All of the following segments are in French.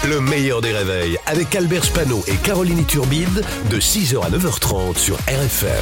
Le meilleur des réveils avec Albert Spano et Caroline Turbide de 6h à 9h30 sur RFM.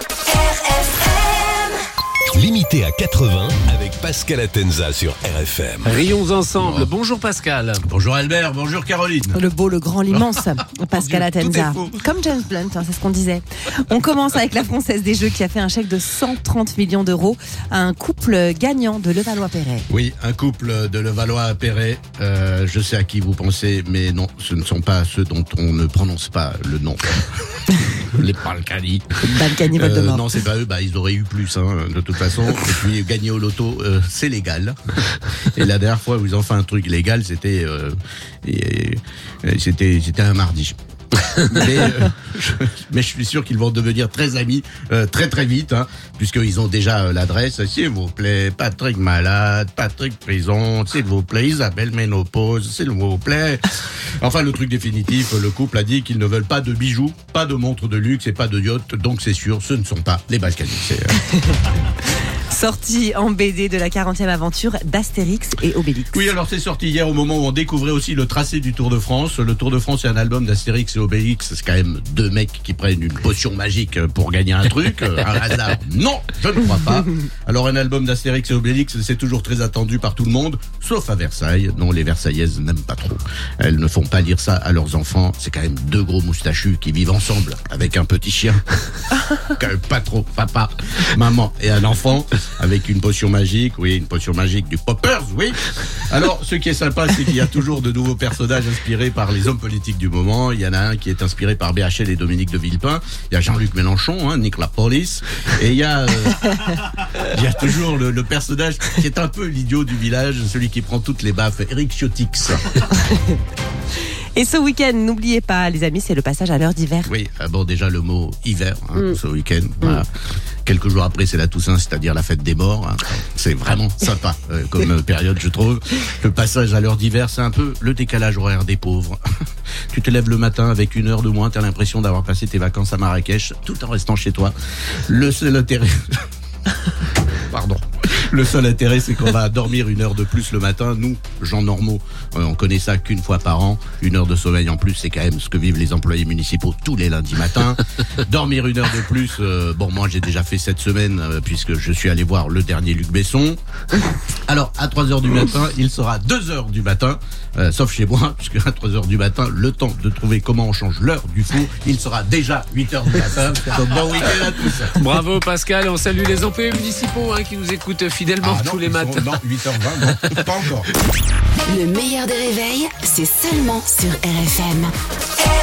Limité à 80 avec Pascal Atenza sur RFM. Rions ensemble. Bonjour Pascal. Bonjour Albert, bonjour Caroline. Le beau, le grand, l'immense Pascal Atenza. Comme James Blunt, c'est ce qu'on disait. On commence avec la Française des Jeux qui a fait un chèque de 130 millions d'euros à un couple gagnant de Levallois-Perret. Oui, un couple de Levallois-Perret. Je sais à qui vous pensez, mais non, ce ne sont pas ceux dont on ne prononce pas le nom. Les Balkany. Balkany Voldemort. Non, c'est pas eux, ils auraient eu plus, de toute façon. Et puis, gagner au loto, c'est légal. Et la dernière fois où ils ont fait un truc légal, c'était un mardi. Mais je suis sûr qu'ils vont devenir très amis très très vite, puisqu'ils ont déjà l'adresse. S'il vous plaît, Patrick malade, Patrick prison, s'il vous plaît, Isabelle ménopause, s'il vous plaît. Enfin, le truc définitif, le couple a dit qu'ils ne veulent pas de bijoux, pas de montres de luxe et pas de yacht, donc c'est sûr, ce ne sont pas les Balkany. Sortie en BD de la 40e aventure d'Astérix et Obélix. Oui, alors c'est sorti hier au moment où on découvrait aussi le tracé du Tour de France. Le Tour de France, c'est un album d'Astérix et Obélix. C'est quand même deux mecs qui prennent une potion magique pour gagner un truc. Un hasard? Non, je ne crois pas. Alors un album d'Astérix et Obélix, c'est toujours très attendu par tout le monde, sauf à Versailles. Non, les Versaillaises n'aiment pas trop. Elles ne font pas lire ça à leurs enfants. C'est quand même deux gros moustachus qui vivent ensemble avec un petit chien. Quand même pas trop. Papa, maman et un enfant. Avec une potion magique, oui, une potion magique du Poppers, oui. Alors, ce qui est sympa, c'est qu'il y a toujours de nouveaux personnages inspirés par les hommes politiques du moment. Il y en a un qui est inspiré par BHL et Dominique de Villepin. Il y a Jean-Luc Mélenchon, Nick la police. Et il y a toujours le personnage qui est un peu l'idiot du village, celui qui prend toutes les baffes, Eric Chiotix. Et ce week-end, n'oubliez pas, les amis, c'est le passage à l'heure d'hiver. Oui, déjà le mot hiver, ce week-end. Voilà. Quelques jours après, c'est la Toussaint, c'est-à-dire la fête des morts. C'est vraiment sympa comme période, je trouve. Le passage à l'heure d'hiver, c'est un peu le décalage horaire des pauvres. Tu te lèves le matin avec une heure de moins, t'as l'impression d'avoir passé tes vacances à Marrakech, tout en restant chez toi. Le seul intérêt... Pardon. Le seul intérêt, c'est qu'on va dormir une heure de plus le matin. Nous, gens normaux, on connaît ça qu'une fois par an. Une heure de sommeil en plus, c'est quand même ce que vivent les employés municipaux tous les lundis matins. Dormir une heure de plus, moi j'ai déjà fait cette semaine puisque je suis allé voir le dernier Luc Besson. Alors, à 3h du matin, il sera 2h du matin, sauf chez moi, puisque à 3h du matin, le temps de trouver comment on change l'heure du four, il sera déjà 8h du matin. Donc bon week-end à tous. Bravo Pascal, on salue les employés municipaux qui nous écoutent fidèlement tous les matins. Non, 8h20, non, pas encore. Le meilleur des réveils, c'est seulement sur RFM.